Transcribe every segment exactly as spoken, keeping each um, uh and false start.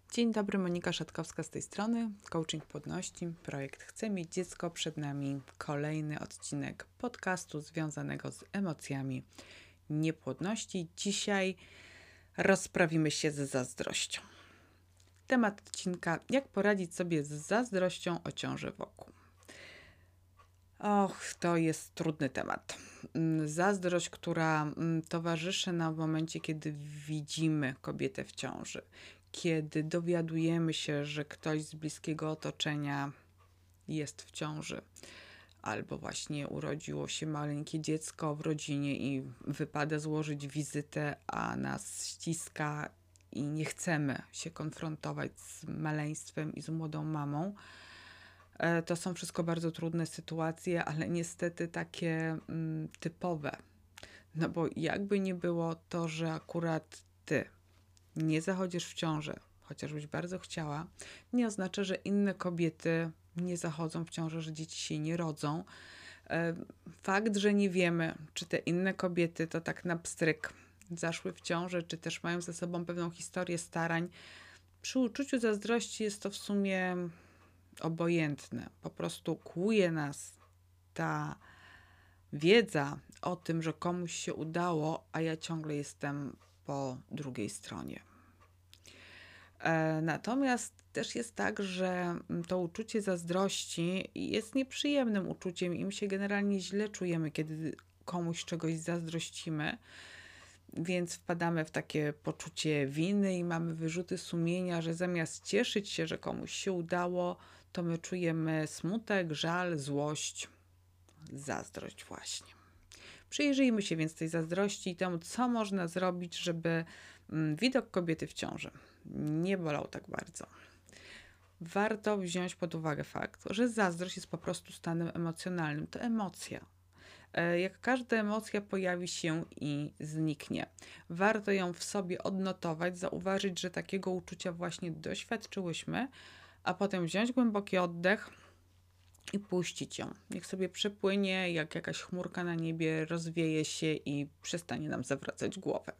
Dzień dobry, Monika Szatkowska z tej strony, Coaching Płodności, projekt Chcę mieć dziecko, przed nami kolejny odcinek podcastu związanego z emocjami niepłodności. Dzisiaj rozprawimy się z zazdrością. Temat odcinka: jak poradzić sobie z zazdrością o ciąży wokół. Och, to jest trudny temat. Zazdrość, która towarzyszy nam w momencie, kiedy widzimy kobietę w ciąży, kiedy dowiadujemy się, że ktoś z bliskiego otoczenia jest w ciąży, albo właśnie urodziło się maleńkie dziecko w rodzinie i wypada złożyć wizytę, a nas ściska i nie chcemy się konfrontować z maleństwem i z młodą mamą. To są wszystko bardzo trudne sytuacje, ale niestety takie mm, typowe. No bo jakby nie było, to, że akurat ty nie zachodzisz w ciążę, chociażbyś bardzo chciała, nie oznacza, że inne kobiety nie zachodzą w ciążę, że dzieci się nie rodzą. Fakt, że nie wiemy, czy te inne kobiety to tak na pstryk zaszły w ciążę, czy też mają ze sobą pewną historię starań, przy uczuciu zazdrości jest to w sumie obojętne. Po prostu kłuje nas ta wiedza o tym, że komuś się udało, a ja ciągle jestem po drugiej stronie. Natomiast też jest tak, że to uczucie zazdrości jest nieprzyjemnym uczuciem i my się generalnie źle czujemy, kiedy komuś czegoś zazdrościmy, więc wpadamy w takie poczucie winy i mamy wyrzuty sumienia, że zamiast cieszyć się, że komuś się udało, to my czujemy smutek, żal, złość, zazdrość właśnie. Przyjrzyjmy się więc tej zazdrości i temu, co można zrobić, żeby widok kobiety w ciąży nie bolał tak bardzo. Warto wziąć pod uwagę fakt, że zazdrość jest po prostu stanem emocjonalnym. To emocja. Jak każda emocja pojawi się i zniknie. Warto ją w sobie odnotować, zauważyć, że takiego uczucia właśnie doświadczyłyśmy, a potem wziąć głęboki oddech i puścić ją. Niech sobie przepłynie, jak jakaś chmurka na niebie, rozwieje się i przestanie nam zawracać głowę.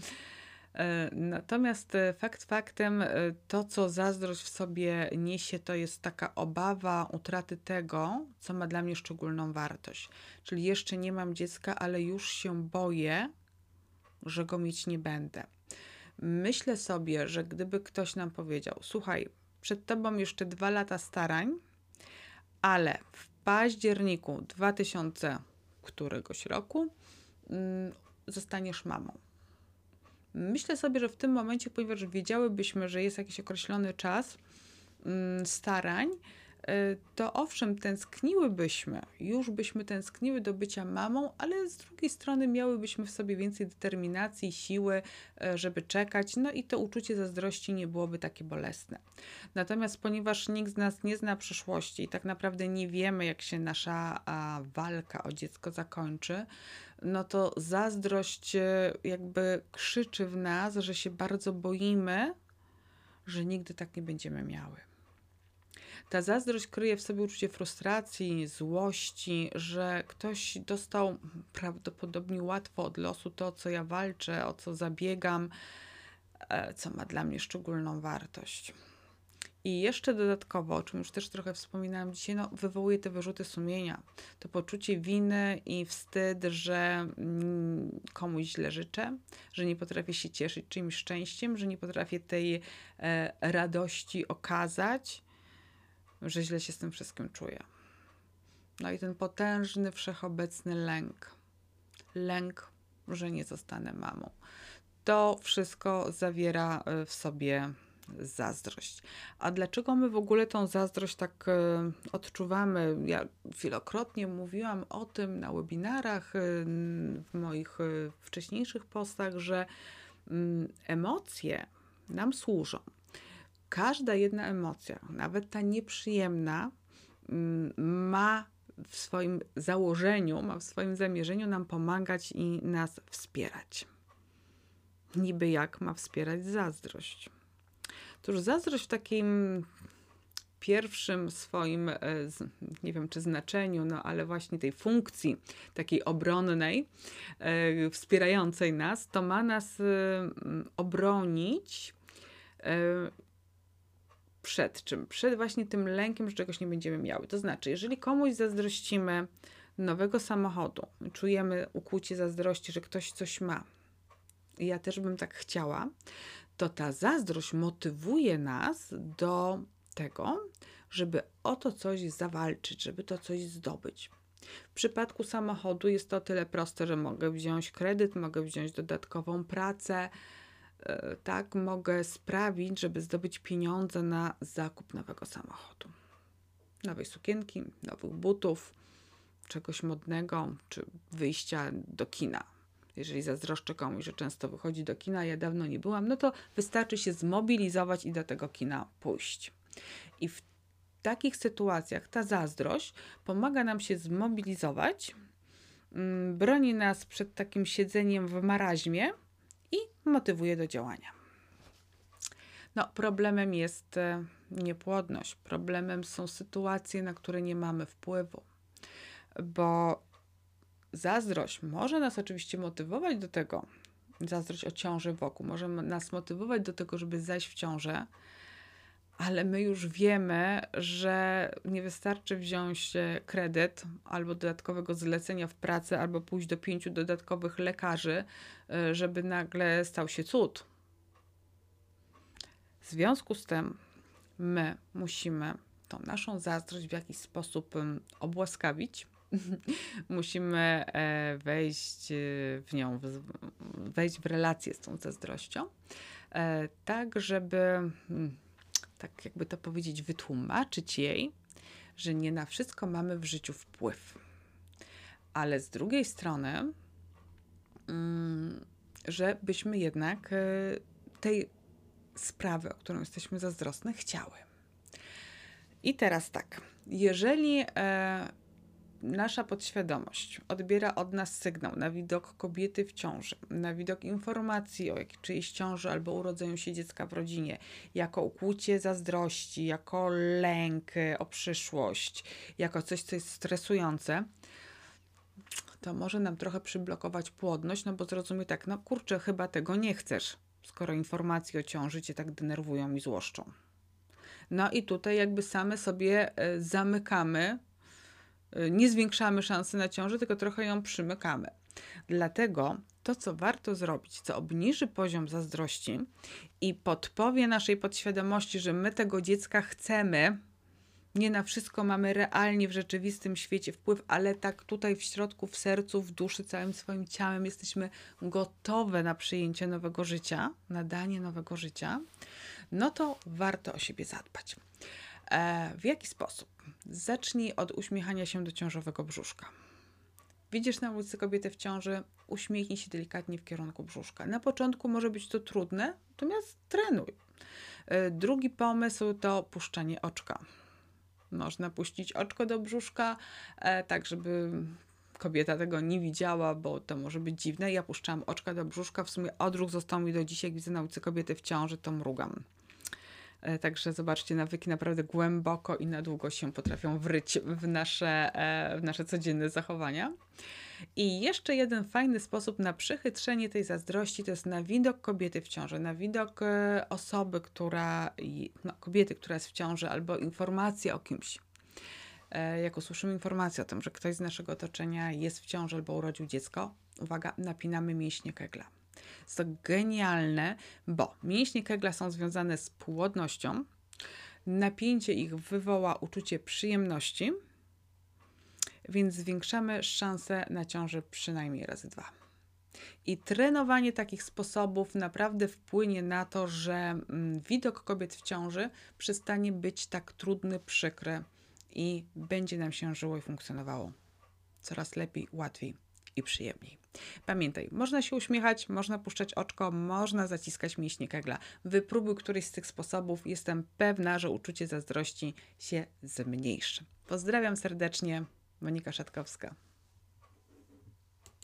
Natomiast fakt faktem, to co zazdrość w sobie niesie, to jest taka obawa utraty tego, co ma dla mnie szczególną wartość. Czyli jeszcze nie mam dziecka, ale już się boję, że go mieć nie będę. Myślę sobie, że gdyby ktoś nam powiedział: słuchaj, przed tobą jeszcze dwa lata starań, ale w październiku dwa tysiące któregoś roku mm, zostaniesz mamą. Myślę sobie, że w tym momencie, ponieważ wiedziałybyśmy, że jest jakiś określony czas mm, starań, to owszem, tęskniłybyśmy, już byśmy tęskniły do bycia mamą, ale z drugiej strony miałybyśmy w sobie więcej determinacji, siły, żeby czekać, no i to uczucie zazdrości nie byłoby takie bolesne. Natomiast ponieważ nikt z nas nie zna przyszłości i tak naprawdę nie wiemy, jak się nasza a, walka o dziecko zakończy, no to zazdrość jakby krzyczy w nas, że się bardzo boimy, że nigdy tak nie będziemy miały. Ta zazdrość kryje w sobie uczucie frustracji, złości, że ktoś dostał prawdopodobnie łatwo od losu to, o co ja walczę, o co zabiegam, co ma dla mnie szczególną wartość. I jeszcze dodatkowo, o czym już też trochę wspominałam dzisiaj, no, wywołuje te wyrzuty sumienia, to poczucie winy i wstyd, że komuś źle życzę, że nie potrafię się cieszyć czyimś szczęściem, że nie potrafię tej e, radości okazać, że źle się z tym wszystkim czuję. No i ten potężny, wszechobecny lęk. Lęk, że nie zostanę mamą. To wszystko zawiera w sobie zazdrość. A dlaczego my w ogóle tą zazdrość tak odczuwamy? Ja wielokrotnie mówiłam o tym na webinarach, w moich wcześniejszych postach, że emocje nam służą. Każda jedna emocja, nawet ta nieprzyjemna, ma w swoim założeniu, ma w swoim zamierzeniu nam pomagać i nas wspierać. Niby jak ma wspierać zazdrość? Otóż zazdrość w takim pierwszym swoim, nie wiem czy znaczeniu, no ale właśnie tej funkcji takiej obronnej, wspierającej nas, to ma nas obronić Przed czym? Przed właśnie tym lękiem, że czegoś nie będziemy miały. To znaczy, jeżeli komuś zazdrościmy nowego samochodu, czujemy ukłucie zazdrości, że ktoś coś ma, i ja też bym tak chciała, to ta zazdrość motywuje nas do tego, żeby o to coś zawalczyć, żeby to coś zdobyć. W przypadku samochodu jest to o tyle proste, że mogę wziąć kredyt, mogę wziąć dodatkową pracę, yy, tak, mogę sprawić, żeby zdobyć pieniądze na zakup nowego samochodu. Nowej sukienki, nowych butów, czegoś modnego, czy wyjścia do kina. Jeżeli zazdroszczę komuś, że często wychodzi do kina, ja dawno nie byłam, no to wystarczy się zmobilizować i do tego kina pójść. I w takich sytuacjach ta zazdrość pomaga nam się zmobilizować, broni nas przed takim siedzeniem w maraźmie i motywuje do działania. No, problemem jest niepłodność. Problemem są sytuacje, na które nie mamy wpływu, bo zazdrość może nas oczywiście motywować do tego, zazdrość o ciąży wokół, może nas motywować do tego, żeby zajść w ciążę, ale my już wiemy, że nie wystarczy wziąć kredyt albo dodatkowego zlecenia w pracy, albo pójść do pięciu dodatkowych lekarzy, żeby nagle stał się cud. W związku z tym my musimy tą naszą zazdrość w jakiś sposób obłaskawić. Musimy wejść w nią, wejść w relację z tą zazdrością, tak żeby, tak jakby to powiedzieć, wytłumaczyć jej, że nie na wszystko mamy w życiu wpływ. Ale z drugiej strony, żebyśmy jednak tej sprawy, o którą jesteśmy zazdrosne, chciały. I teraz tak, jeżeli nasza podświadomość odbiera od nas sygnał na widok kobiety w ciąży, na widok informacji o czyjejś ciąży albo urodzeniu się dziecka w rodzinie, jako ukłucie zazdrości, jako lęk o przyszłość, jako coś, co jest stresujące, to może nam trochę przyblokować płodność, no bo zrozumie tak, no kurczę, chyba tego nie chcesz, skoro informacje o ciąży cię tak denerwują i złoszczą. No i tutaj jakby same sobie zamykamy, nie zwiększamy szansy na ciążę, tylko trochę ją przymykamy. Dlatego to, co warto zrobić, co obniży poziom zazdrości i podpowie naszej podświadomości, że my tego dziecka chcemy, nie na wszystko mamy realnie w rzeczywistym świecie wpływ, ale tak tutaj w środku, w sercu, w duszy, całym swoim ciałem jesteśmy gotowe na przyjęcie nowego życia, na danie nowego życia, no to warto o siebie zadbać. E, w jaki sposób? Zacznij od uśmiechania się do ciążowego brzuszka. Widzisz na ulicy kobietę w ciąży, uśmiechnij się delikatnie w kierunku brzuszka. Na początku może być to trudne, natomiast trenuj. E, drugi pomysł to puszczanie oczka. Można puścić oczko do brzuszka, e, tak żeby kobieta tego nie widziała, bo to może być dziwne. Ja puszczałam oczka do brzuszka, w sumie odruch został mi do dzisiaj, jak widzę na ulicy kobiety w ciąży, to mrugam. E, także zobaczcie, nawyki naprawdę głęboko i na długo się potrafią wryć w nasze, e, w nasze codzienne zachowania. I jeszcze jeden fajny sposób na przechytrzenie tej zazdrości to jest na widok kobiety w ciąży, na widok e, osoby, która, no, kobiety, która jest w ciąży, albo informacja o kimś. E, jak usłyszymy informację o tym, że ktoś z naszego otoczenia jest w ciąży albo urodził dziecko, uwaga, napinamy mięśnie Kegla. Jest to genialne, bo mięśnie Kegla są związane z płodnością. Napięcie ich wywoła uczucie przyjemności, więc zwiększamy szanse na ciążę przynajmniej razy dwa. I trenowanie takich sposobów naprawdę wpłynie na to, że widok kobiet w ciąży przestanie być tak trudny, przykry i będzie nam się żyło i funkcjonowało coraz lepiej, łatwiej i przyjemniej. Pamiętaj, można się uśmiechać, można puszczać oczko, można zaciskać mięśnie Kegla. Wypróbuj któryś z tych sposobów. Jestem pewna, że uczucie zazdrości się zmniejszy. Pozdrawiam serdecznie, Monika Szatkowska.